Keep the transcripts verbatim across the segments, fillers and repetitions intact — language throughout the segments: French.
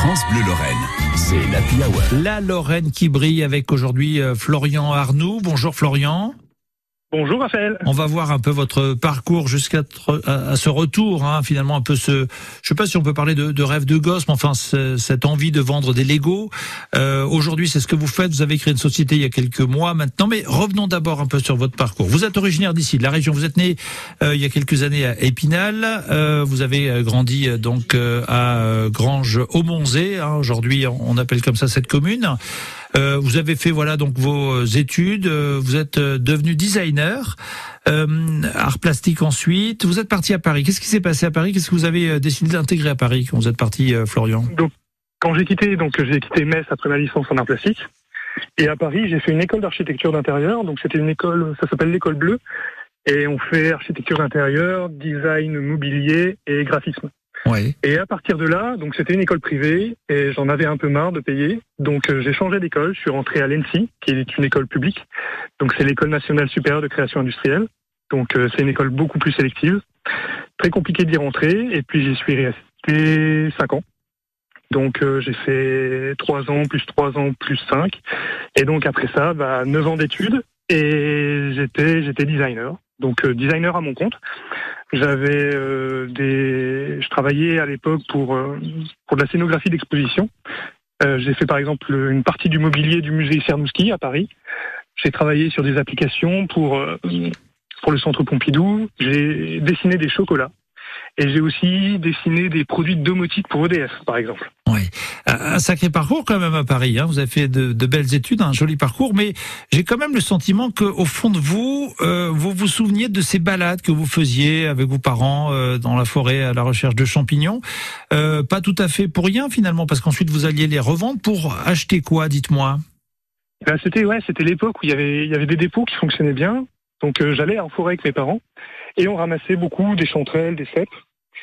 France Bleu Lorraine, c'est l'Happy Hour. La Lorraine qui brille avec aujourd'hui euh, Florian Arnoux. Bonjour Florian. Bonjour Raphaël. On va voir un peu votre parcours jusqu'à à, à ce retour, hein, finalement un peu ce, je sais pas si on peut parler de, de rêve de gosse, mais enfin ce, cette envie de vendre des Lego. Euh, aujourd'hui, c'est ce que vous faites. Vous avez créé une société il y a quelques mois maintenant, mais revenons d'abord un peu sur votre parcours. Vous êtes originaire d'ici, de la région. Vous êtes né euh, il y a quelques années à Épinal. Euh, vous avez grandi euh, donc euh, à euh, Granges-au-Monzé. Hein, aujourd'hui, on appelle comme ça cette commune. Euh, vous avez fait voilà donc vos études, euh, vous êtes euh, devenu designer, euh, art plastique ensuite. Vous êtes parti à Paris. Qu'est-ce qui s'est passé à Paris? Qu'est-ce que vous avez euh, décidé d'intégrer à Paris quand vous êtes parti, euh, Florian? Donc, quand j'ai quitté, donc j'ai quitté Metz après ma licence en art plastique, et à Paris j'ai fait une école d'architecture d'intérieur. Donc c'était une école, ça s'appelle l'école bleue, et on fait architecture d'intérieur, design mobilier et graphisme. Oui. Et à partir de là, donc c'était une école privée et j'en avais un peu marre de payer. Donc euh, j'ai changé d'école, je suis rentré à l'E N S I, qui est une école publique. Donc c'est l'École nationale supérieure de création industrielle. Donc euh, c'est une école beaucoup plus sélective. Très compliqué d'y rentrer et puis j'y suis resté cinq ans. Donc euh, j'ai fait trois ans, plus trois ans, plus cinq. Et donc après ça, bah, neuf ans d'études et j'étais j'étais designer. Donc euh, designer à mon compte. J'avais euh, des, je travaillais à l'époque pour euh, pour de la scénographie d'exposition. Euh, j'ai fait par exemple une partie du mobilier du musée Cernouski à Paris. J'ai travaillé sur des applications pour euh, pour le Centre Pompidou. J'ai dessiné des chocolats et j'ai aussi dessiné des produits de domotique pour E D F par exemple. Oui, un sacré parcours quand même à Paris. Hein. Vous avez fait de, de belles études, un joli parcours, mais j'ai quand même le sentiment que, au fond de vous, euh, vous vous souveniez de ces balades que vous faisiez avec vos parents euh, dans la forêt à la recherche de champignons. Euh, pas tout à fait pour rien finalement, parce qu'ensuite vous alliez les revendre pour acheter quoi, dites-moi. Ben, c'était ouais, c'était l'époque où il y avait il y avait des dépôts qui fonctionnaient bien. Donc euh, j'allais en forêt avec mes parents et on ramassait beaucoup des chanterelles, des cèpes.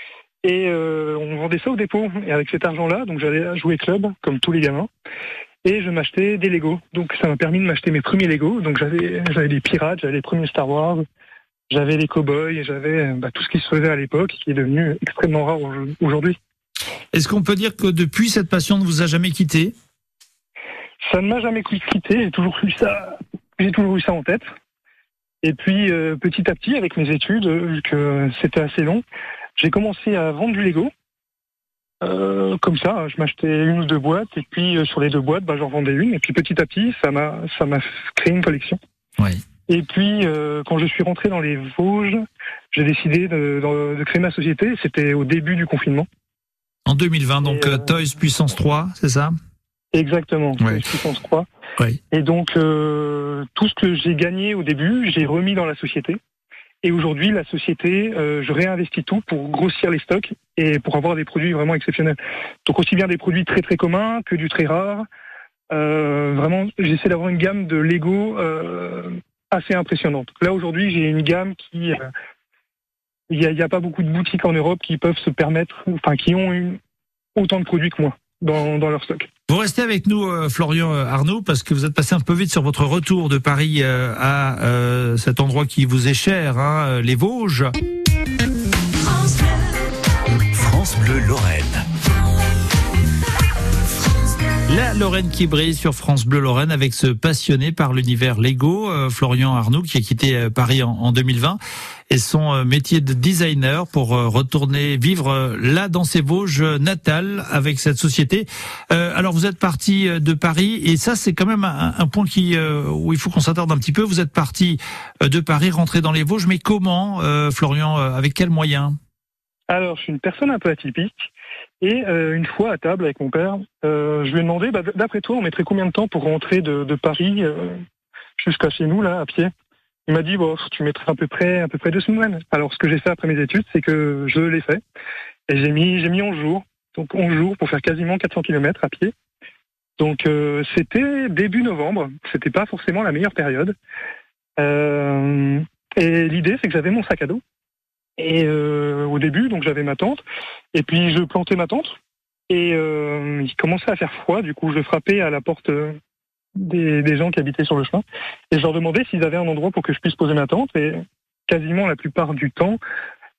Et euh, on vendait ça au dépôt. Et avec cet argent-là, donc j'allais jouer club, comme tous les gamins. Et je m'achetais des Lego. Donc ça m'a permis de m'acheter mes premiers Lego. Donc j'avais j'avais les pirates, j'avais les premiers Star Wars, j'avais les cow-boys, j'avais bah, tout ce qui se faisait à l'époque, qui est devenu extrêmement rare aujourd'hui. Est-ce qu'on peut dire que depuis, cette passion ne vous a jamais quitté? Ça ne m'a jamais quitté. J'ai toujours eu ça. J'ai toujours eu ça en tête. Et puis euh, petit à petit, avec mes études, vu que c'était assez long, j'ai commencé à vendre du Lego. Euh, comme ça, je m'achetais une ou deux boîtes et puis euh, sur les deux boîtes, bah, j'en vendais une. Et puis petit à petit, ça m'a ça m'a créé une collection. Oui. Et puis euh, quand je suis rentré dans les Vosges, j'ai décidé de, de, de créer ma société. C'était au début du confinement. En deux mille vingt, donc euh, Toys Puissance trois, c'est ça? Exactement, Ouais. Toys Puissance trois. Oui. Et donc euh, tout ce que j'ai gagné au début, j'ai remis dans la société. Et aujourd'hui, la société, euh, je réinvestis tout pour grossir les stocks et pour avoir des produits vraiment exceptionnels. Donc aussi bien des produits très très communs que du très rare. Euh, vraiment, j'essaie d'avoir une gamme de Lego euh, assez impressionnante. Là aujourd'hui, j'ai une gamme qui, euh, il n'y a, y a pas beaucoup de boutiques en Europe qui peuvent se permettre, enfin qui ont une, autant de produits que moi dans, dans leur stock. Vous restez avec nous, euh, Florian Arnoux, parce que vous êtes passé un peu vite sur votre retour de Paris euh, à euh, cet endroit qui vous est cher, hein, les Vosges. France Bleu, France Bleu Lorraine. La Lorraine qui brille sur France Bleu Lorraine avec ce passionné par l'univers Lego, euh, Florian Arnoux, qui a quitté euh, Paris en, en deux mille vingt et son euh, métier de designer pour euh, retourner vivre euh, là dans ses Vosges natales avec cette société. Euh, alors vous êtes parti euh, de Paris et ça c'est quand même un, un point qui euh, où il faut qu'on s'attarde un petit peu. Vous êtes parti euh, de Paris, rentré dans les Vosges, mais comment, euh, Florian, euh, avec quels moyens? Alors, je suis une personne un peu atypique. Et euh, une fois à table avec mon père, euh, je lui ai demandé, bah, d'après toi, on mettrait combien de temps pour rentrer de, de Paris euh, jusqu'à chez nous, là, à pied? Il m'a dit, bon, tu mettrais à peu près, à peu près deux semaines. Alors, ce que j'ai fait après mes études, c'est que je l'ai fait. Et j'ai mis, j'ai mis onze jours. Donc, onze jours pour faire quasiment quatre cents kilomètres à pied. Donc, euh, c'était début novembre. C'était pas forcément la meilleure période. Euh, et l'idée, c'est que j'avais mon sac à dos. Et euh, au début, donc j'avais ma tente, et puis je plantais ma tente, et euh, il commençait à faire froid, du coup je frappais à la porte des, des gens qui habitaient sur le chemin, et je leur demandais s'ils avaient un endroit pour que je puisse poser ma tente, et quasiment la plupart du temps,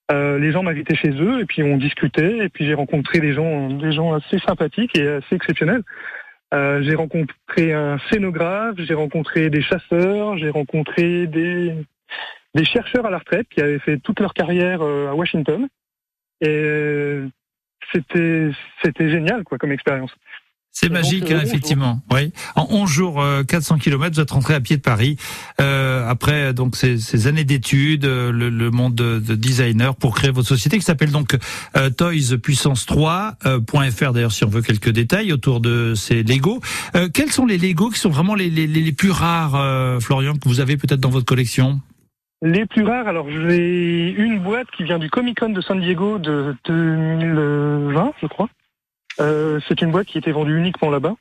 Euh, les gens m'invitaient chez eux et puis on discutait et puis j'ai rencontré des gens, des gens assez sympathiques et assez exceptionnels. Euh, j'ai rencontré un scénographe, j'ai rencontré des chasseurs, j'ai rencontré des, des chercheurs à la retraite qui avaient fait toute leur carrière euh, à Washington. Et euh, c'était, c'était génial, quoi, comme expérience. C'est magique, donc, euh, hein, effectivement. Oui. En onze jours, euh, quatre cents kilomètres, vous êtes rentré à pied de Paris. Euh, après donc ces, ces années d'études, euh, le, le monde de, de designer pour créer votre société qui s'appelle donc euh, toys puissance trois point f r. D'ailleurs, si on veut quelques détails autour de ces Lego. Euh, quels sont les Lego qui sont vraiment les, les, les plus rares, euh, Florian, que vous avez peut-être dans votre collection? Les plus rares, alors j'ai une boîte qui vient du Comic Con de San Diego de deux mille vingt, je crois. Euh, c'est une boîte qui était vendue uniquement là-bas.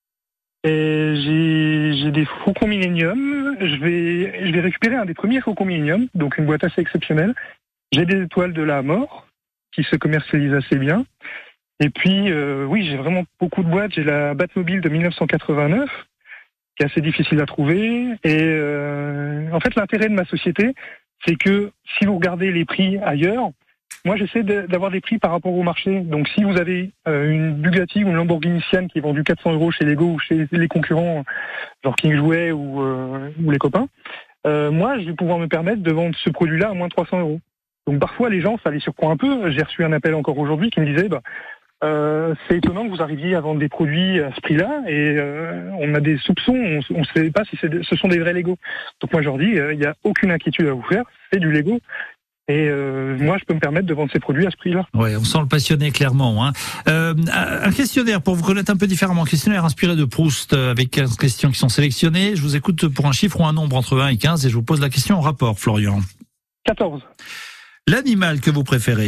Et j'ai, j'ai des Faucons Millennium. Je vais, je vais récupérer un des premiers Faucons Millennium, donc une boîte assez exceptionnelle. J'ai des étoiles de la mort qui se commercialisent assez bien. Et puis, euh, oui, j'ai vraiment beaucoup de boîtes. J'ai la Batmobile de mille neuf cent quatre-vingt-neuf, qui est assez difficile à trouver. Et euh, en fait, l'intérêt de ma société, c'est que si vous regardez les prix ailleurs, moi, j'essaie de, d'avoir des prix par rapport au marché. Donc, si vous avez euh, une Bugatti ou une Lamborghini Sian qui est vendue quatre cents euros chez Lego ou chez les concurrents, genre King Jouet ou, euh, ou les copains, euh, moi, je vais pouvoir me permettre de vendre ce produit-là à moins de trois cents euros. Donc, parfois, les gens, ça les surprend un peu. J'ai reçu un appel encore aujourd'hui qui me disait, bah, euh, c'est étonnant que vous arriviez à vendre des produits à ce prix-là et euh, on a des soupçons, on ne sait pas si c'est de, ce sont des vrais Lego. Donc, moi, je leur dis, il euh, n'y a aucune inquiétude à vous faire, c'est du Lego. Et euh, moi, je peux me permettre de vendre ces produits à ce prix-là. Ouais, on sent le passionné clairement. Hein. Euh, un questionnaire pour vous connaître un peu différemment. Un questionnaire inspiré de Proust avec quinze questions qui sont sélectionnées. Je vous écoute pour un chiffre ou un nombre entre un et quinze et je vous pose la question en rapport, Florian. quatorze. L'animal que vous préférez?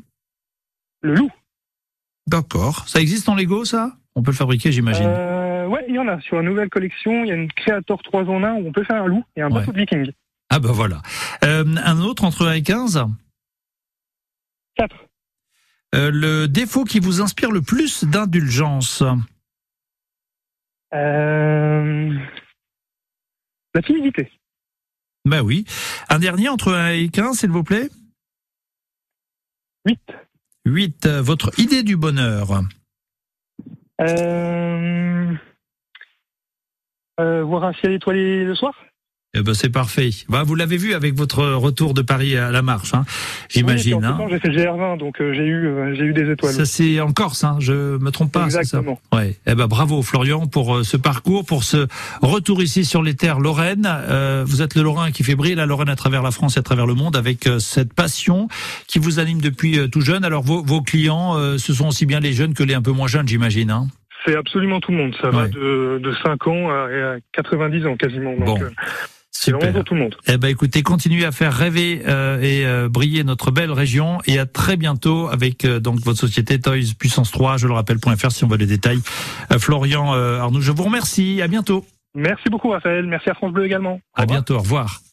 Le loup. D'accord. Ça existe en Lego, ça? On peut le fabriquer, j'imagine. Euh, ouais, il y en a. Sur la nouvelle collection, il y a une Creator trois en un où on peut faire un loup et un bateau ouais. de viking. Ah ben voilà. Euh, un autre entre un et quinze? quatre. Euh, le défaut qui vous inspire le plus d'indulgence? euh... La timidité. Ben oui. Un dernier entre un et quinze, s'il vous plaît? huit. huit. Votre idée du bonheur? euh... Euh, Voir un ciel étoilé le soir. Eh ben c'est parfait. Bah, vous l'avez vu avec votre retour de Paris à la marche, hein, j'imagine. Oui, hein. J'ai fait le G R vingt, donc euh, j'ai eu euh, j'ai eu des étoiles. Ça c'est en Corse, hein, je me trompe pas. Exactement. C'est ça ouais. Eh ben bravo Florian pour euh, ce parcours, pour ce retour ici sur les terres lorraines. Euh, vous êtes le Lorrain qui fait briller la Lorraine à travers la France et à travers le monde avec euh, cette passion qui vous anime depuis euh, tout jeune. Alors vos, vos clients, euh, ce sont aussi bien les jeunes que les un peu moins jeunes, j'imagine. Hein. C'est absolument tout le monde. Ça ouais. va de, de cinq ans à, à quatre-vingt-dix ans quasiment. Donc, bon. Euh, Super. Pour tout le monde. Eh ben, écoutez, continuez à faire rêver euh, et euh, briller notre belle région. Et à très bientôt avec euh, donc votre société Toys Puissance trois, je le rappelle .fr si on veut les détails. Euh, Florian euh, Arnoux, je vous remercie. À bientôt. Merci beaucoup, Raphaël. Merci à France Bleu également. À bientôt. Au revoir.